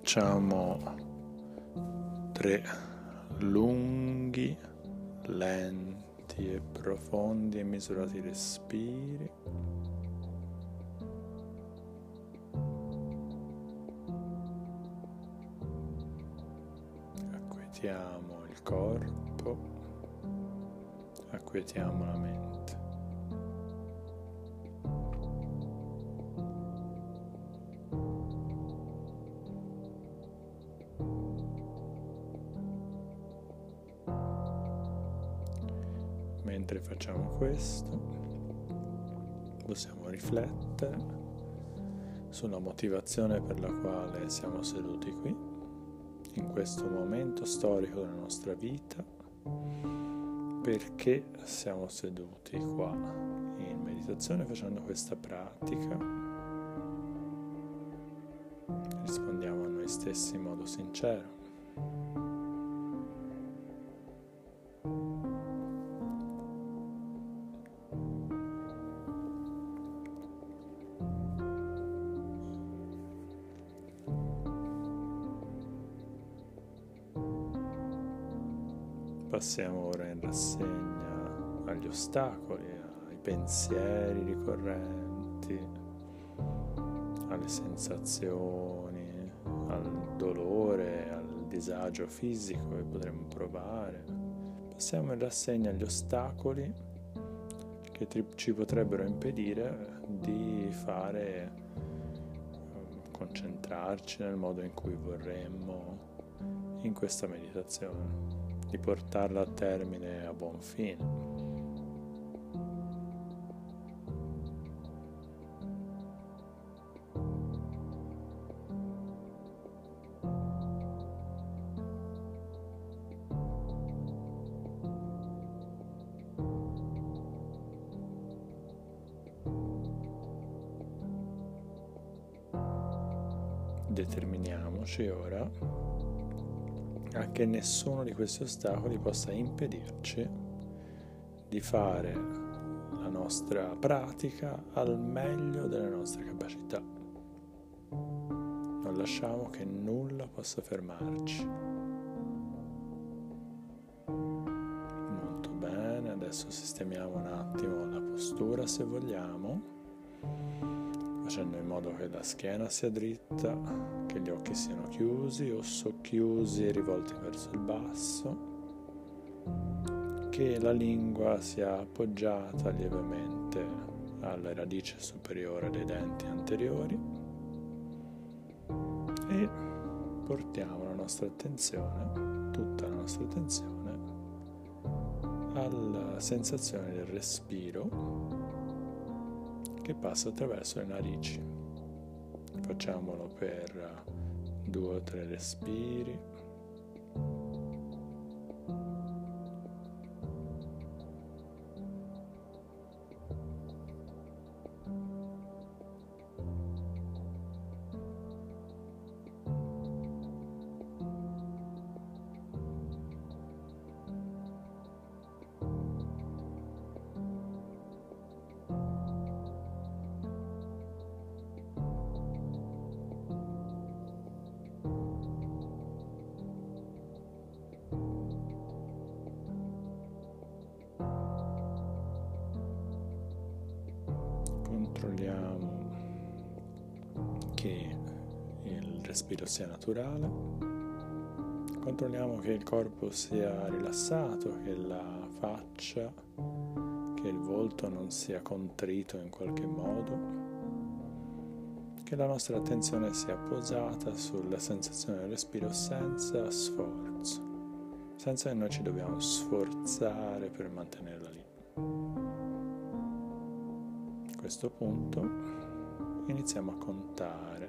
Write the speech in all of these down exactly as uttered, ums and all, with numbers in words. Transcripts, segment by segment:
Facciamo tre lunghi, lenti e profondi e misurati respiri. Acquietiamo il corpo, acquietiamo la mente. Mentre facciamo questo, possiamo riflettere sulla motivazione per la quale siamo seduti qui, in questo momento storico della nostra vita, perché siamo seduti qua in meditazione facendo questa pratica. Rispondiamo a noi stessi in modo sincero. Passiamo ora in rassegna agli ostacoli, ai pensieri ricorrenti, alle sensazioni, al dolore, al disagio fisico che potremmo provare. Passiamo in rassegna agli ostacoli che ci potrebbero impedire di fare, concentrarci nel modo in cui vorremmo in questa meditazione, di portarla a termine a buon fine. Determiniamoci ora a che nessuno di questi ostacoli possa impedirci di fare la nostra pratica al meglio delle nostre capacità. Non lasciamo che nulla possa fermarci. Molto bene, adesso sistemiamo un attimo la postura se vogliamo, facendo in modo che la schiena sia dritta, che gli occhi siano chiusi o socchiusi e rivolti verso il basso, che la lingua sia appoggiata lievemente alla radice superiore dei denti anteriori e portiamo la nostra attenzione, tutta la nostra attenzione, alla sensazione del respiro che passa attraverso le narici. Facciamolo per due o tre respiri. Controlliamo che il respiro sia naturale, controlliamo che il corpo sia rilassato, che la faccia, che il volto non sia contrito in qualche modo, che la nostra attenzione sia posata sulla sensazione del respiro senza sforzo, senza che noi ci dobbiamo sforzare per mantenerla lì. A questo punto iniziamo a contare.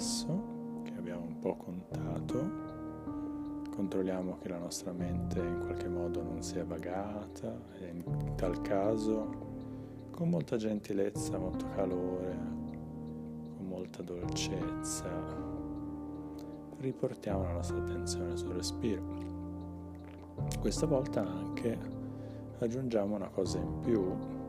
adesso, che abbiamo un po' contato. Controlliamo che la nostra mente in qualche modo non sia vagata e in tal caso, con molta gentilezza, molto calore, con molta dolcezza, riportiamo la nostra attenzione sul respiro. Questa volta anche aggiungiamo una cosa in più.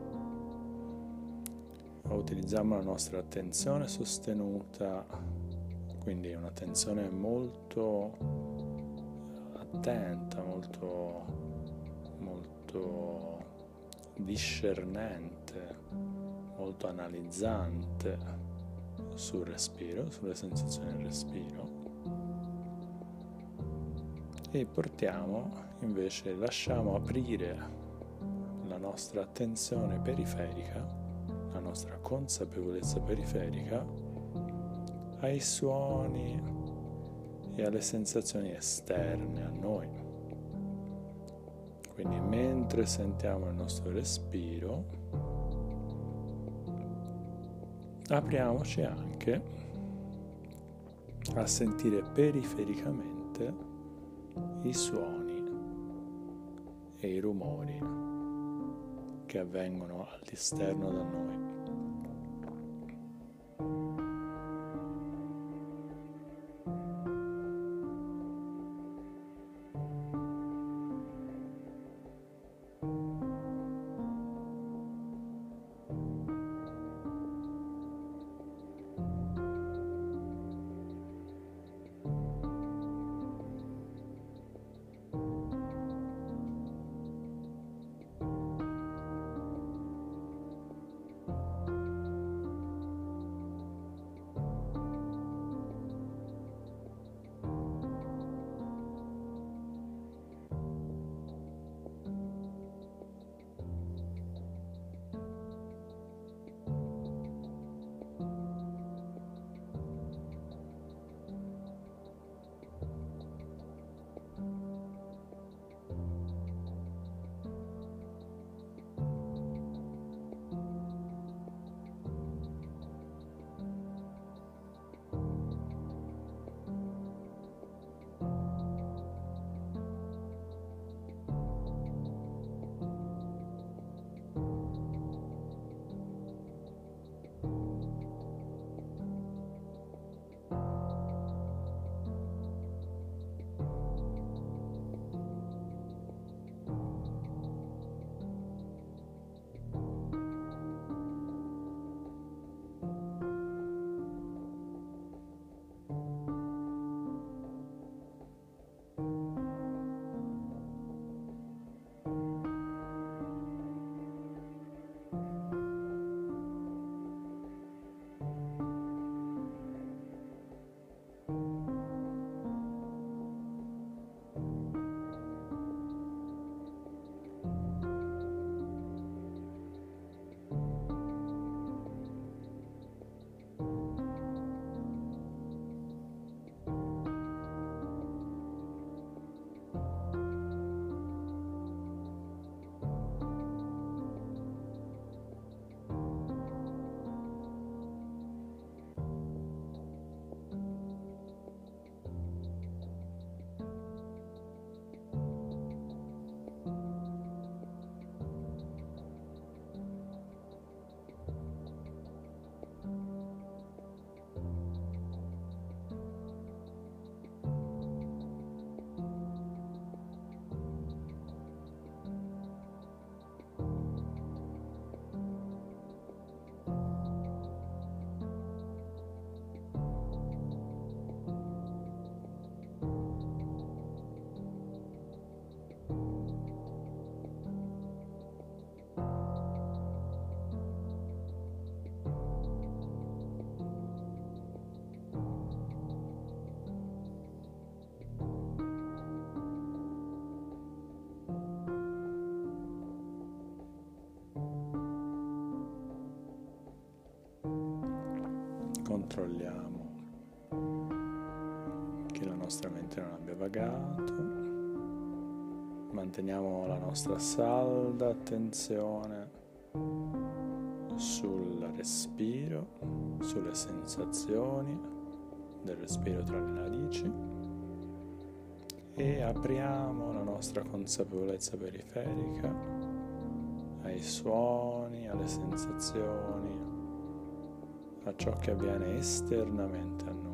Utilizziamo la nostra attenzione sostenuta, quindi un'attenzione molto attenta, molto, molto discernente, molto analizzante sul respiro, sulle sensazioni del respiro, e portiamo invece, lasciamo aprire la nostra attenzione periferica, la nostra consapevolezza periferica ai suoni e alle sensazioni esterne a noi. Quindi mentre sentiamo il nostro respiro, apriamoci anche a sentire perifericamente i suoni e i rumori che avvengono all'esterno da noi. controlliamo che la nostra mente non abbia vagato, manteniamo la nostra salda attenzione sul respiro, sulle sensazioni del respiro tra le narici e apriamo la nostra consapevolezza periferica ai suoni, alle sensazioni, a ciò che avviene esternamente a noi.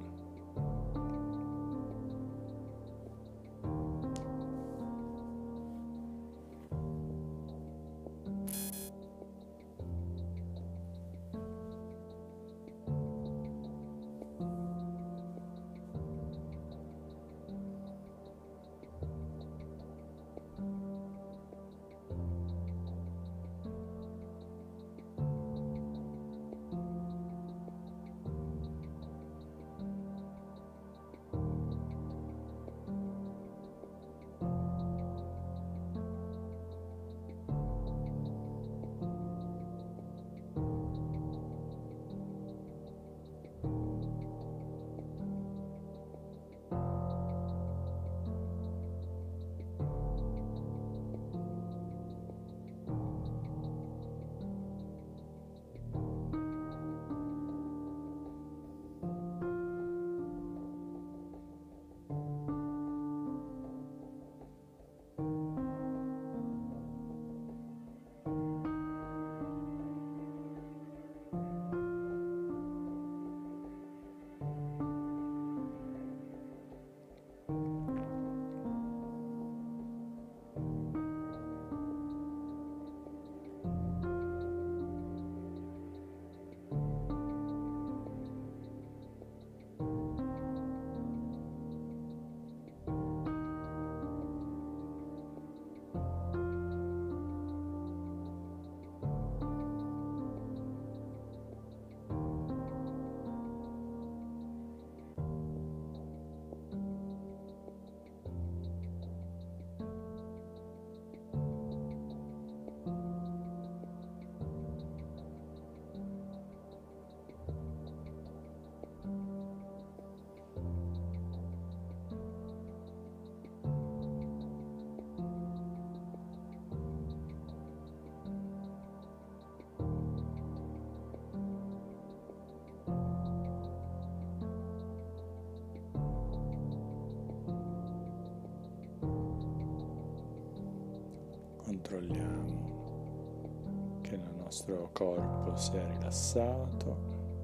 Controlliamo che il nostro corpo sia rilassato,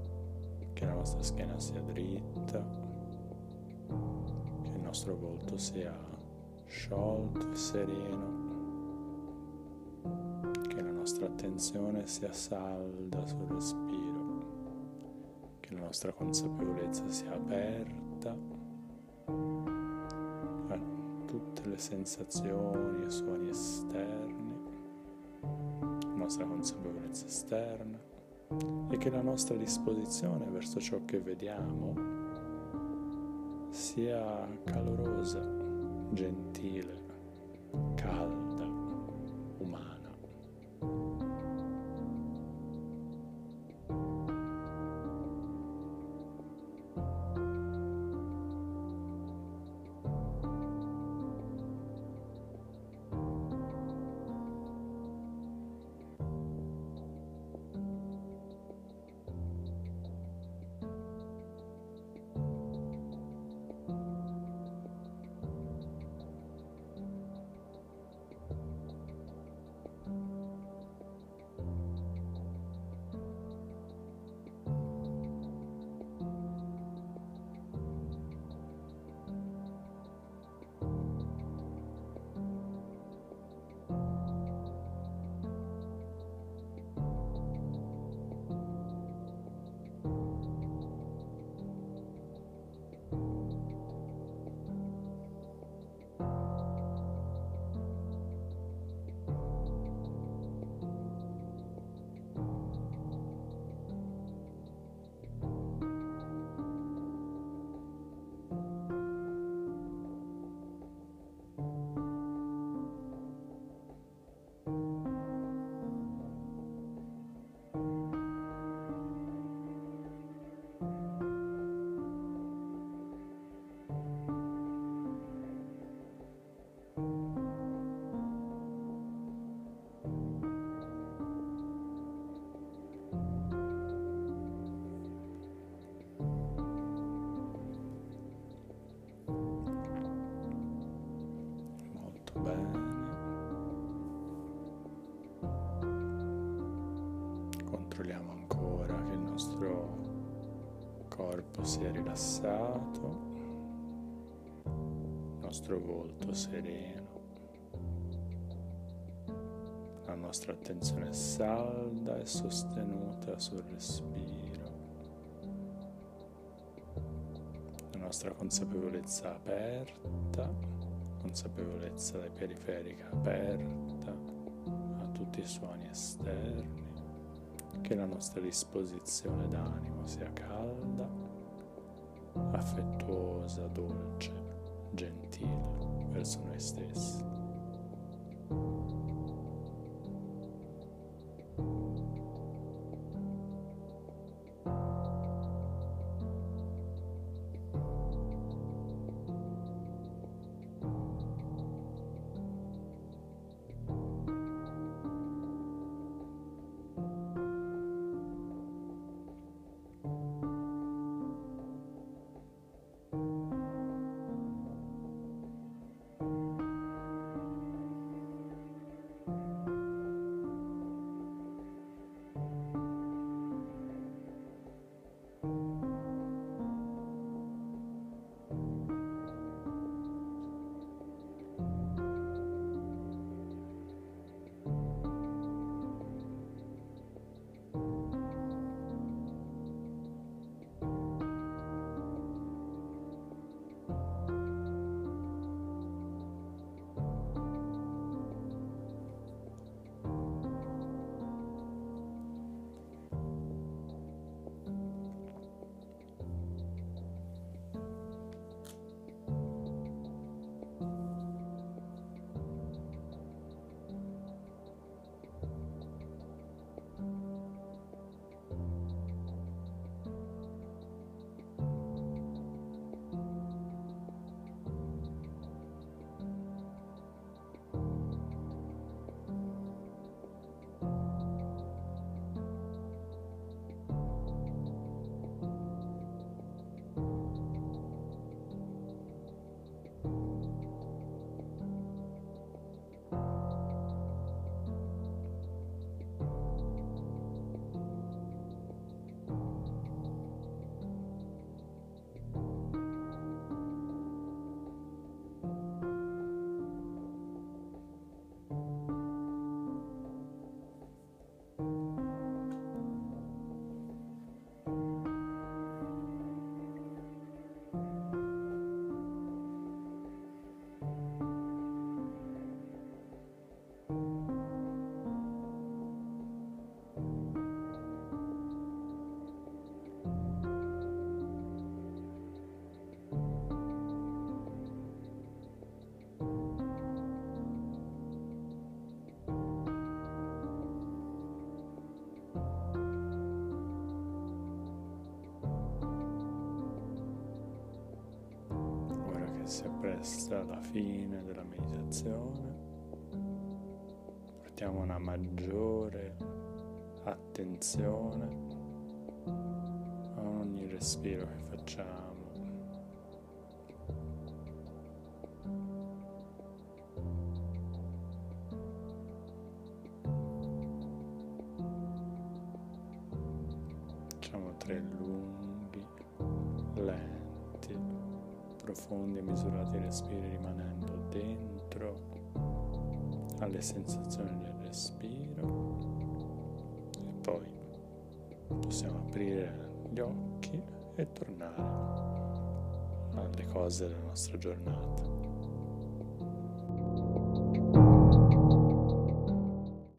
che la nostra schiena sia dritta, che il nostro volto sia sciolto e sereno, che la nostra attenzione sia salda sul respiro, che la nostra consapevolezza sia aperta tutte le sensazioni e suoni esterni, la nostra consapevolezza esterna, e che la nostra disposizione verso ciò che vediamo sia calorosa, gentile, calda, umana. controlliamo ancora che il nostro corpo sia rilassato, il nostro volto sereno, la nostra attenzione salda e sostenuta sul respiro, la nostra consapevolezza aperta, consapevolezza dai periferica aperta a tutti i suoni esterni, che la nostra disposizione d'animo sia calda, affettuosa, dolce, gentile verso noi stessi. Si appresta alla fine della meditazione, portiamo una maggiore attenzione a ogni respiro che facciamo. Facciamo tre lunghi, lenti, profondi e misurati respiri, rimanendo dentro alle sensazioni del respiro, e poi possiamo aprire gli occhi e tornare alle cose della nostra giornata.